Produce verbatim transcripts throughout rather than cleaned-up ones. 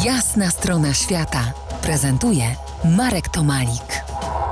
Jasna strona świata prezentuje Marek Tomalik.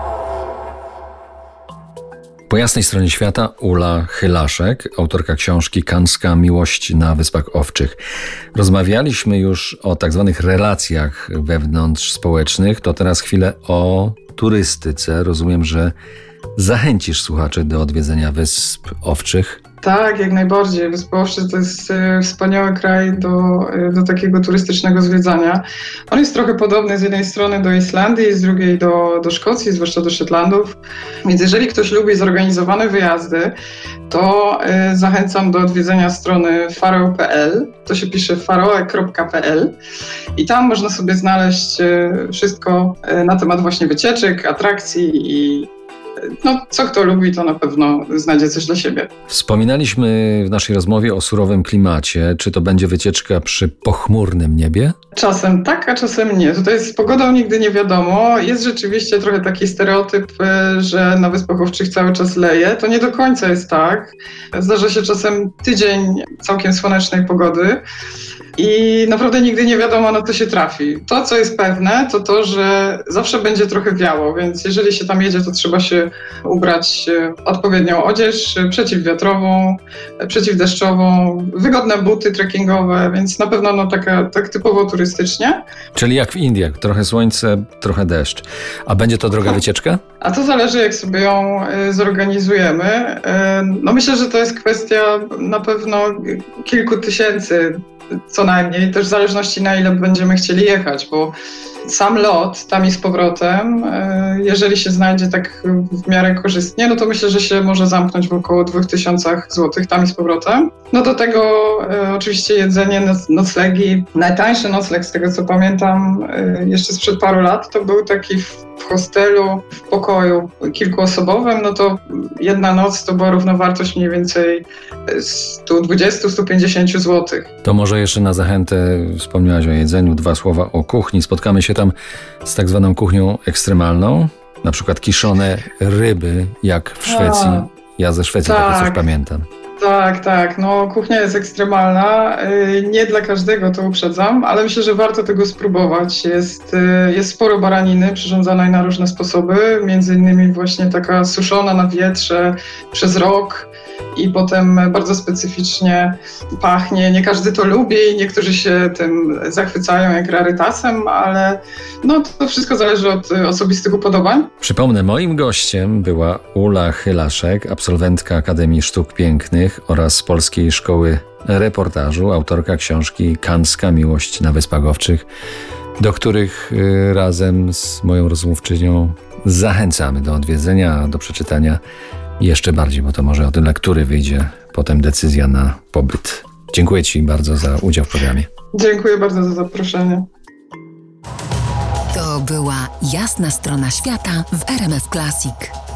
Po jasnej stronie świata Ula Chylaszek, autorka książki Kanska miłość na Wyspach Owczych. Rozmawialiśmy już o tak zwanych relacjach wewnątrzspołecznych, to teraz chwilę o turystyce. Rozumiem, że zachęcisz słuchaczy do odwiedzenia Wysp Owczych. Tak, jak najbardziej. Wyspy Owcze to jest e, wspaniały kraj do, e, do takiego turystycznego zwiedzania. On jest trochę podobny z jednej strony do Islandii, z drugiej do, do Szkocji, zwłaszcza do Szetlandów. Więc jeżeli ktoś lubi zorganizowane wyjazdy, to e, zachęcam do odwiedzenia strony faroe kropka p l. To się pisze faroe kropka p l i tam można sobie znaleźć e, wszystko e, na temat właśnie wycieczek, atrakcji i no, co kto lubi, to na pewno znajdzie coś dla siebie. Wspominaliśmy w naszej rozmowie o surowym klimacie. Czy to będzie wycieczka przy pochmurnym niebie? Czasem tak, a czasem nie. Tutaj z pogodą nigdy nie wiadomo. Jest rzeczywiście trochę taki stereotyp, że na Wyspach Owczych cały czas leje. To nie do końca jest tak. Zdarza się czasem tydzień całkiem słonecznej pogody. I naprawdę nigdy nie wiadomo, na co się trafi. To, co jest pewne, to to, że zawsze będzie trochę wiało, więc jeżeli się tam jedzie, to trzeba się ubrać odpowiednią odzież przeciwwiatrową, przeciwdeszczową, wygodne buty trekkingowe, więc na pewno no, taka, tak typowo turystycznie. Czyli jak w Indiach, trochę słońce, trochę deszcz. A będzie to droga wycieczka? A to zależy, jak sobie ją zorganizujemy. No myślę, że to jest kwestia na pewno kilku tysięcy co najmniej, też w zależności na ile będziemy chcieli jechać, bo sam lot tam i z powrotem, jeżeli się znajdzie tak w miarę korzystnie, no to myślę, że się może zamknąć w około dwa tysiące złotych tam i z powrotem. No do tego e, oczywiście jedzenie, noc, noclegi. Najtańszy nocleg, z tego co pamiętam, e, jeszcze sprzed paru lat, to był taki w, w hostelu, w pokoju kilkuosobowym, no to jedna noc to była równowartość mniej więcej sto dwadzieścia do stu pięćdziesięciu złotych. To może jeszcze na zachętę wspomniałaś o jedzeniu, dwa słowa o kuchni. Spotkamy się tam z tak zwaną kuchnią ekstremalną, na przykład kiszone ryby, jak w Szwecji. A, ja ze Szwecji tak. takie coś pamiętam. Tak, tak. No kuchnia jest ekstremalna. Nie dla każdego, to uprzedzam, ale myślę, że warto tego spróbować. Jest, jest sporo baraniny przyrządzanej na różne sposoby, między innymi właśnie taka suszona na wietrze przez rok i potem bardzo specyficznie pachnie. Nie każdy to lubi, niektórzy się tym zachwycają jak rarytasem, ale no to wszystko zależy od osobistych upodobań. Przypomnę, moim gościem była Ula Chylaszek, absolwentka Akademii Sztuk Pięknych oraz Polskiej Szkoły Reportażu, autorka książki Kanska miłość na Wyspach Owczych, do których razem z moją rozmówczynią zachęcamy do odwiedzenia, do przeczytania jeszcze bardziej, bo to może od lektury wyjdzie potem decyzja na pobyt. Dziękuję Ci bardzo za udział w programie. Dziękuję bardzo za zaproszenie. To była Jasna strona świata w R M F Classic.